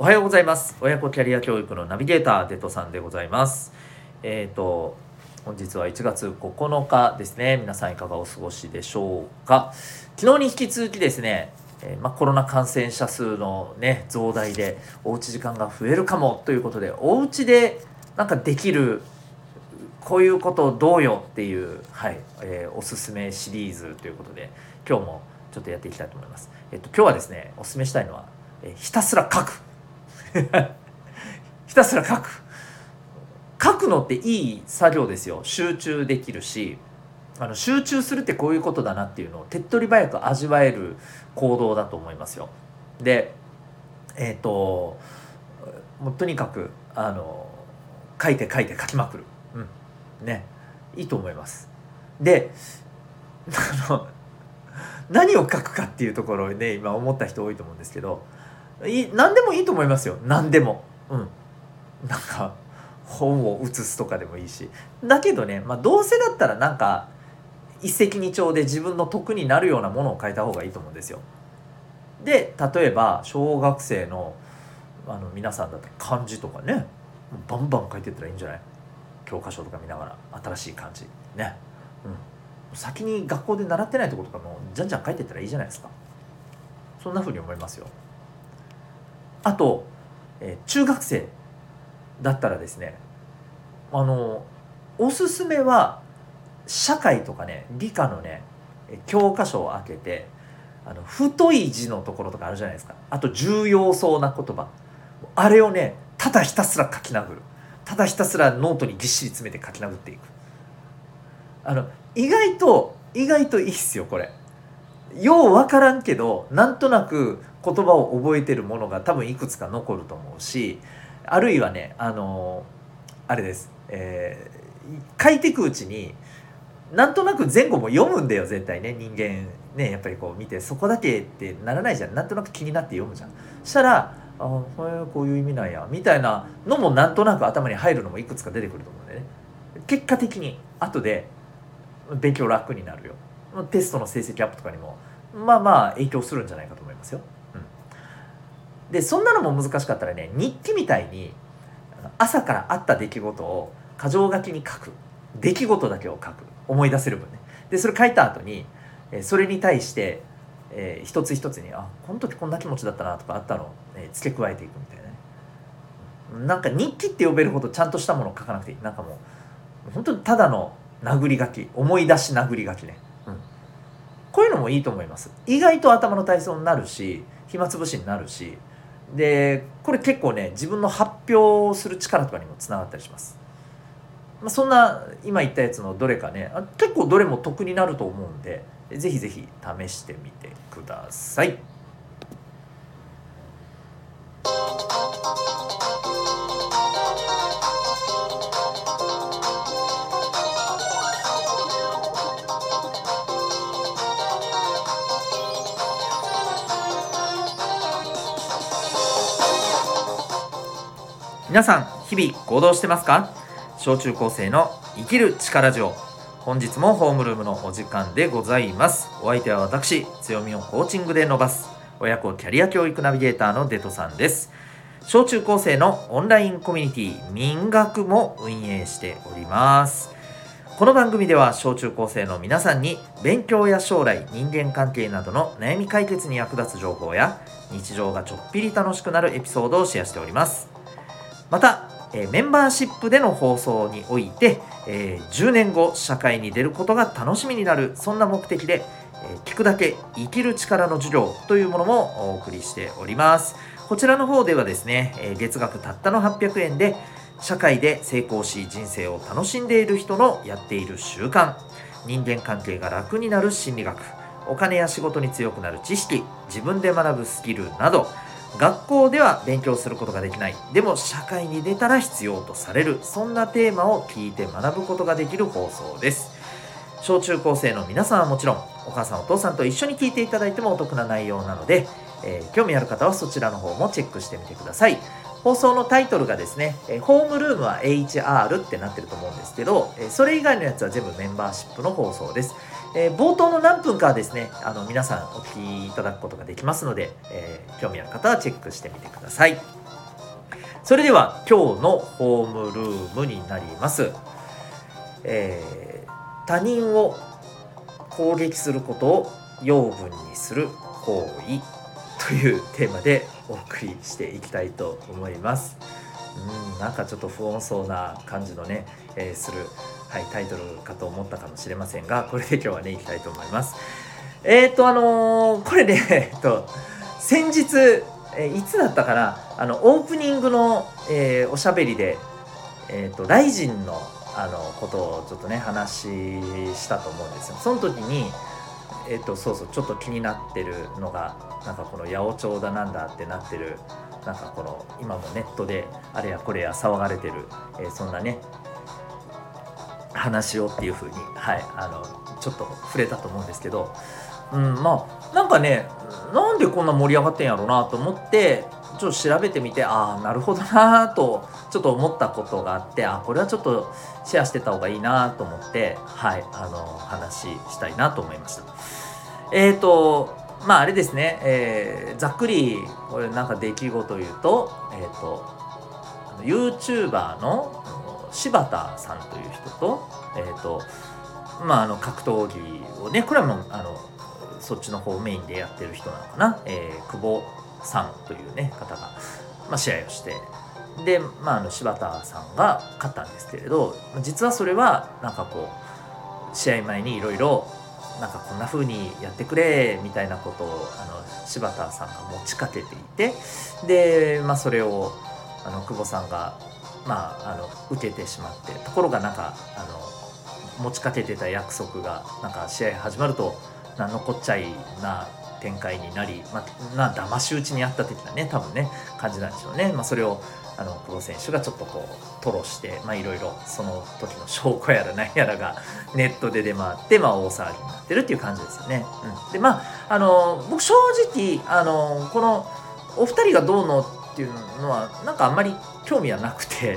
おはようございます。親子キャリア教育のナビゲーターデトさんでございます。本日は1月9日ですね。皆さんいかがお過ごしでしょうか。昨日に引き続きですね、コロナ感染者数のね増大でおうち時間が増えるかもということで、おうちでなんかできるこういうことどうよっていう、おすすめシリーズということで今日もちょっとやっていきたいと思います。今日はですねおすすめしたいのは、ひたすら書くひたすら書くのっていい作業ですよ。集中できるし、集中するってこういうことだなっていうのを手っ取り早く味わえる行動だと思いますよ。でもうとにかく書いて書きまくる、ね、いいと思います。で何を書くかっていうところで、今思った人多いと思うんですけど、何でもいいと思いますよ。何でも、なんか本を写すとかでもいいし、だけどね、どうせだったらなんか一石二鳥で自分の得になるようなものを書いた方がいいと思うんですよ。で例えば小学生の皆さんだったら漢字とかね、バンバン書いていったらいいんじゃない？教科書とか見ながら新しい漢字ね、先に学校で習ってないところとかもじゃんじゃん書いていったらいいじゃないですか。そんな風に思いますよ。あと、中学生だったらですね、おすすめは社会とかね理科のね教科書を開けて、太い字のところとかあるじゃないですか。あと重要そうな言葉、あれをねただひたすら書き殴る、ただひたすらノートにぎっしり詰めて書き殴っていく。意外といいっすよこれ。ようわからんけどなんとなく言葉を覚えてるものが多分いくつか残ると思うし、あるいはねあれです、書いていくうちになんとなく前後も読むんだよ絶対ね。人間ねやっぱりこう見てそこだけってならないじゃん。なんとなく気になって読むじゃん。そしたらこういう意味なんやみたいなのもなんとなく頭に入るのもいくつか出てくると思うんでね。結果的に後で勉強楽になるよ。テストの成績アップとかにも影響するんじゃないかと思いますよ。でそんなのも難しかったらね、日記みたいに朝からあった出来事を箇条書きに書く。出来事だけを書く、思い出せる分ね。でそれ書いた後にそれに対して、一つ一つにこの時こんな気持ちだったなとかあったのを、付け加えていくみたいなね。なんか日記って呼べるほどちゃんとしたものを書かなくていい。なんかもう本当にただの殴り書き、思い出し殴り書きね、こういうのもいいと思います。意外と頭の体操になるし暇つぶしになるし、でこれ結構ね自分の発表する力とかにもつながったりします。そんな今言ったやつのどれかね、結構どれも得になると思うんで、ぜひぜひ試してみてください。皆さん日々行動してますか？小中高生の生きる力ジオ、本日もホームルームのお時間でございます。お相手は私、強みをコーチングで伸ばす親子キャリア教育ナビゲーターのデトさんです。小中高生のオンラインコミュニティ民学も運営しております。この番組では小中高生の皆さんに勉強や将来、人間関係などの悩み解決に役立つ情報や日常がちょっぴり楽しくなるエピソードをシェアしております。またメンバーシップでの放送において、10年後社会に出ることが楽しみになる、そんな目的で、聞くだけ生きる力の授業というものもお送りしております。こちらの方ではですね、月額たったの800円で社会で成功し人生を楽しんでいる人のやっている習慣、人間関係が楽になる心理学、お金や仕事に強くなる知識、自分で学ぶスキルなど、学校では勉強することができない、でも社会に出たら必要とされる、そんなテーマを聞いて学ぶことができる放送です。小中高生の皆さんはもちろん、お母さんお父さんと一緒に聞いていただいてもお得な内容なので、興味ある方はそちらの方もチェックしてみてください。放送のタイトルがですね、ホームルームは HR ってなってると思うんですけど、それ以外のやつは全部メンバーシップの放送です。冒頭の何分かはですね、皆さんお聞きいただくことができますので、興味ある方はチェックしてみてください。 それでは今日のホームルームになります。他人を攻撃することを養分にする行為というテーマでお送りしていきたいと思います。なんかちょっと不穏そうな感じのね、する、タイトルかと思ったかもしれませんが、これで今日はねいきたいと思います。これね、先日、いつだったかな、オープニングの、おしゃべりで、ライジンのことをちょっとね話したと思うんですよ。その時にそうちょっと気になってるのが、なんかこの八百長だなんだってなってる、なんかこの今もネットであれやこれや騒がれてる、そんなね話をっていう風にちょっと触れたと思うんですけど、なんかね、なんでこんな盛り上がってんやろうなと思ってちょっと調べてみて、なるほどなとちょっと思ったことがあって、これはちょっとシェアしてた方がいいなと思って、話したいなと思いました。あれですね、ざっくりこれなんか出来事を言うと、YouTuber の柴田さんという人と、格闘技をね、これはもうそっちの方をメインでやってる人なのかな、久保さんというね方が、試合をして、で、柴田さんが勝ったんですけれど、実はそれはなんかこう試合前にいろいろなんかこんな風にやってくれみたいなことを柴田さんが持ちかけていて、で、それを久保さんが受けてしまって、ところがなんか持ちかけてた約束がなんか試合始まると何のこっちゃいな展開になり、騙し討ちにあった的なね多分ね感じなんでしょうね。それを久保選手がちょっとこう吐露して、いろいろその時の証拠やら何やらがネットで出回って、大騒ぎになってるっていう感じですよね。で僕正直このお二人がどうのっていうのはなんかあんまり興味はなくて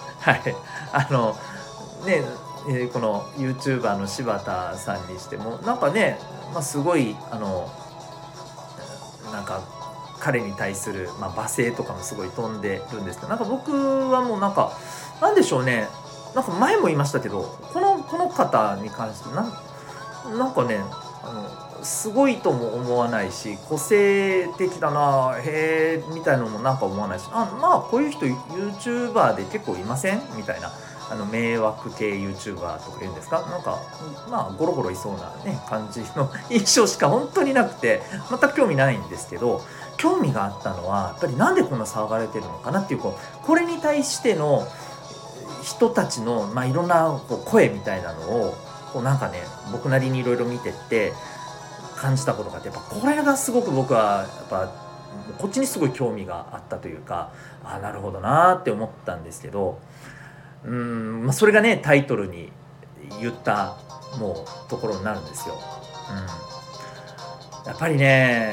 この YouTuber の柴田さんにしてもなんかね、すごいなんか彼に対する、罵声とかもすごい飛んでるんですけど、なんか僕はもうなんでしょうね、なんか前も言いましたけど、この方に関してなんかねすごいとも思わないし、個性的だなへえみたいなのもなんか思わないし、こういう人 YouTuber で結構いませんみたいな、迷惑系 YouTuber とか言うんですか、なんかゴロゴロいそうなね感じの印象しか本当になくて、全く興味ないんですけど、興味があったのはやっぱりなんでこんな騒がれてるのかなっていう、これに対しての人たちの、いろんな声みたいなのをなんかね僕なりにいろいろ見てって感じたことがあって、やっぱこれがすごく僕はやっぱこっちにすごい興味があったというか、なるほどなって思ったんですけど、それがねタイトルに言ったもうところになるんですよ。やっぱりね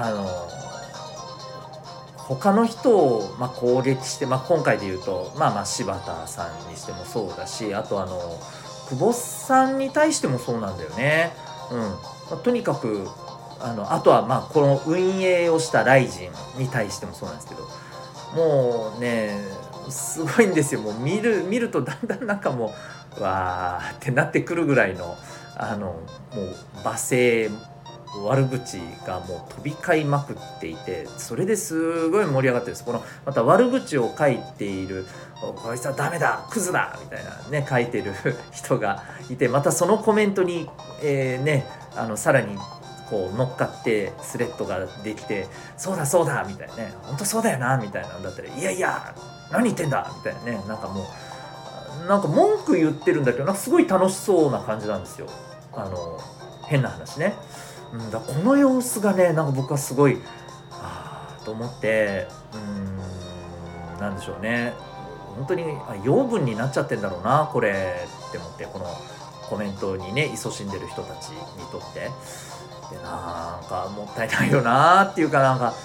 他の人を攻撃して、今回で言うと柴田さんにしてもそうだし、あと久保さんに対してもそうなんだよね。とにかくあとはこの運営をしたライジンに対してもそうなんですけど、もうねすごいんですよ。もう見るとだんだんなんかもうわーってなってくるぐらいのもう罵声悪口がもう飛び交いまくっていて、それですごい盛り上がってるんです。このまた悪口を書いている、こいつはダメだクズだみたいなね書いてる人がいて、またそのコメントに、さらにこう乗っかってスレッドができて、そうだそうだみたいなね、本当そうだよなみたいなんだったら、いやいや何言ってんだみたいなね、なんかもうなんか文句言ってるんだけど、なんかすごい楽しそうな感じなんですよ。変な話ね。だこの様子がねなんか僕はすごいと思って、なんでしょうね、本当に養分になっちゃってんだろうなこれって思って、このコメントにね勤しんでる人たちにとって、でなんかもったいないよなっていうか、なんか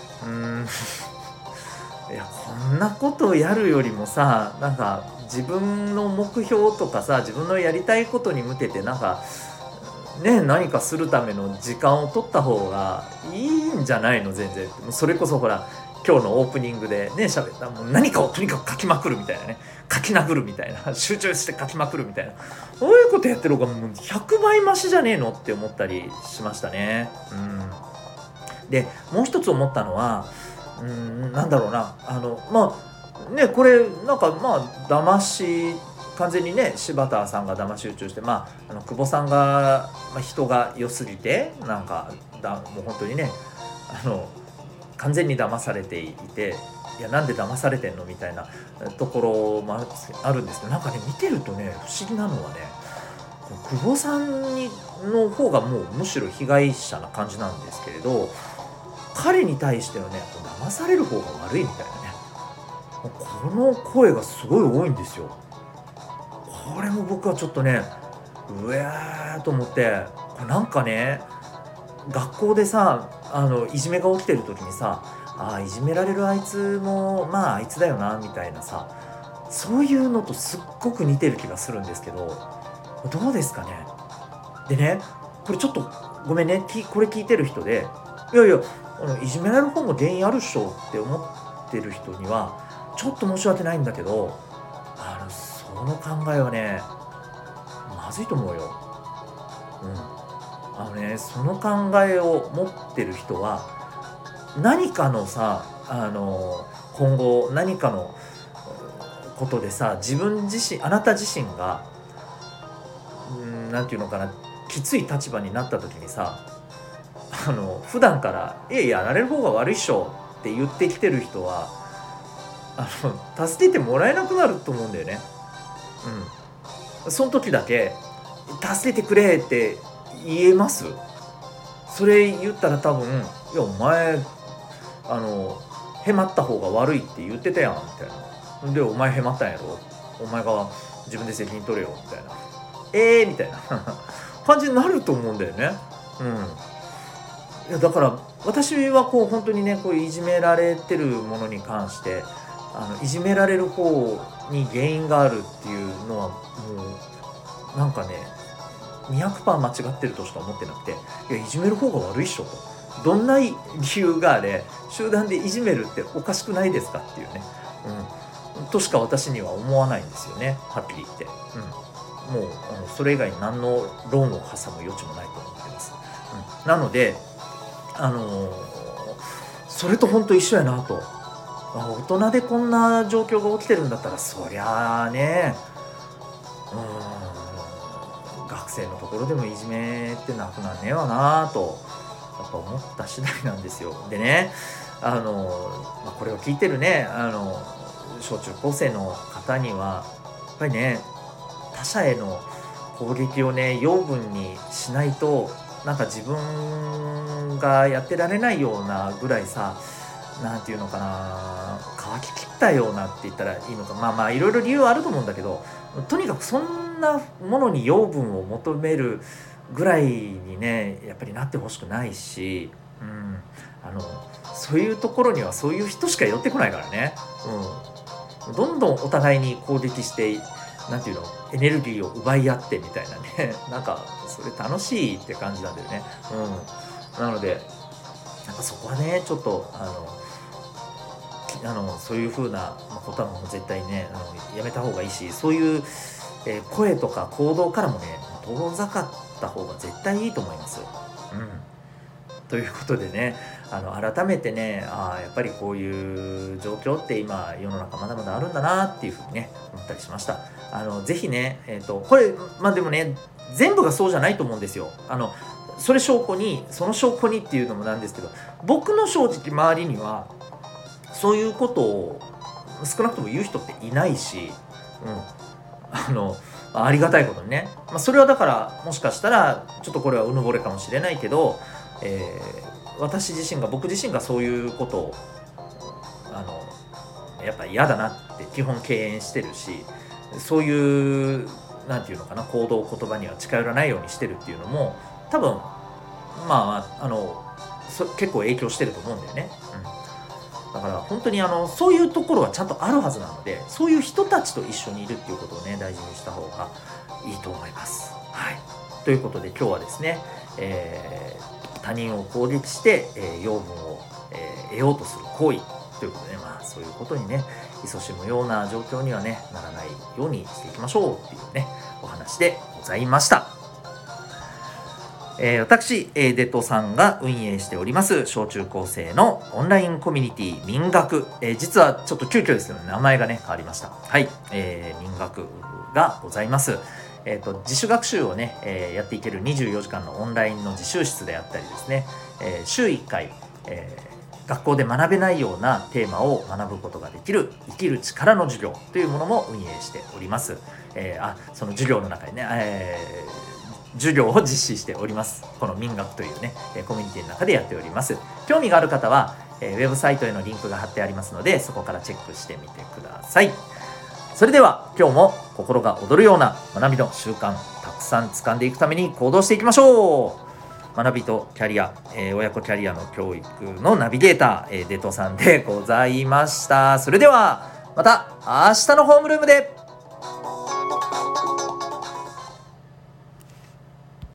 いやこんなことをやるよりもさ、なんか自分の目標とかさ、自分のやりたいことに向けてなんかね何かするための時間を取った方がいいんじゃないの。全然それこそほら今日のオープニングでね喋ったもう何かをとにかく書きまくるみたいなね、書き殴るみたいな集中して書きまくるみたいな、そういうことやってる方がもう100倍マシじゃねえのって思ったりしましたね。でもう一つ思ったのはなんだろうな、これなんか騙し完全にね柴田さんが騙し討ちをして、久保さんが、人が良すぎてなんかもう本当にね完全に騙されていて、いやなんで騙されてんのみたいなところもあるんですけど、なんかね見てるとね不思議なのはね、久保さんの方がもうむしろ被害者な感じなんですけれど、彼に対してのね騙される方が悪いみたいなね、この声がすごい多いんですよ。これも僕はちょっとねうわーと思って、これなんかね学校でさいじめが起きてる時にさ、いじめられるあいつもあいつだよなみたいなさ、そういうのとすっごく似てる気がするんですけど、どうですかね。でねこれちょっとごめんね、これ聞いてる人でいやいやいじめられる方も原因あるっしょって思ってる人にはちょっと申し訳ないんだけど、その考えはねまずいと思うよ。その考えを持ってる人は何かのさ今後何かのことでさ、あなた自身がなんていうのかな、きつい立場になった時にさ、普段からやられる方が悪いっしょって言ってきてる人は助けてもらえなくなると思うんだよね。その時だけ助けてくれって言えます？それ言ったら多分いやお前へまった方が悪いって言ってたやんみたいな、でお前へまったんやろ、お前が自分で責任取れよみたいな、みたいな感じになると思うんだよね。いやだから私はこう本当にねこういじめられてるものに関していじめられる方に原因があるっていうのはもうなんかね200% 間違ってるとしか思ってなくて、いやいじめる方が悪いっしょと、どんな理由があれ集団でいじめるっておかしくないですかっていうね、としか私には思わないんですよね、はっきり言って。もうそれ以外に何の論を挟む余地もないと思ってます。なのでそれと本当一緒やなと。大人でこんな状況が起きてるんだったらそりゃあね、学生のところでもいじめってなくなんねえわなとやっぱ思った次第なんですよ。でねこれを聞いてるね小中高生の方にはやっぱりね他者への攻撃をね養分にしないとなんか自分がやってられないようなぐらいさ、なんていうのかな、乾ききったようなって言ったらいいのか、いろいろ理由はあると思うんだけど、とにかくそんなものに養分を求めるぐらいにねやっぱりなってほしくないし、そういうところにはそういう人しか寄ってこないからね。どんどんお互いに攻撃してなんていうのエネルギーを奪い合ってみたいなねなんかそれ楽しいって感じなんだよね。なのでなんかそこはねちょっとそういう風なことはもう絶対ねやめた方がいいし、そういう、声とか行動からもね遠ざかった方が絶対いいと思います。ということでね改めてねやっぱりこういう状況って今世の中まだまだあるんだなっていうふうにね思ったりしました。ぜひねこれでもね全部がそうじゃないと思うんですよ。その証拠にっていうのもなんですけど、僕の正直周りにはそういうことを少なくとも言う人っていないし、ありがたいことにね、それはだからもしかしたらちょっとこれはうぬぼれかもしれないけど、僕自身がそういうことをやっぱり嫌だなって基本敬遠してるし、そういうなんていうのかな行動言葉には近寄らないようにしてるっていうのも多分結構影響してると思うんだよね。だから本当にそういうところはちゃんとあるはずなので、そういう人たちと一緒にいるっていうことをね大事にした方がいいと思います。はい。ということで今日はですね、他人を攻撃して、養分を、得ようとする行為、 ということで、そういうことにね勤しむような状況にはねならないようにしていきましょうっていうねお話でございました。私、デトさんが運営しております小中高生のオンラインコミュニティ民学、実はちょっと急遽ですけど、名前がね変わりました。はい、民学がございます。自主学習をね、やっていける24時間のオンラインの自習室であったりですね、週1回、学校で学べないようなテーマを学ぶことができる生きる力の授業というものも運営しております。その授業の中にね、授業を実施しております。この民学というねコミュニティの中でやっております。興味がある方は、ウェブサイトへのリンクが貼ってありますので、そこからチェックしてみてください。それでは今日も心が躍るような学びの習慣たくさん掴んでいくために行動していきましょう。学びとキャリア、親子キャリアの教育のナビゲーター、デトさんでございました。それではまた明日のホームルームで。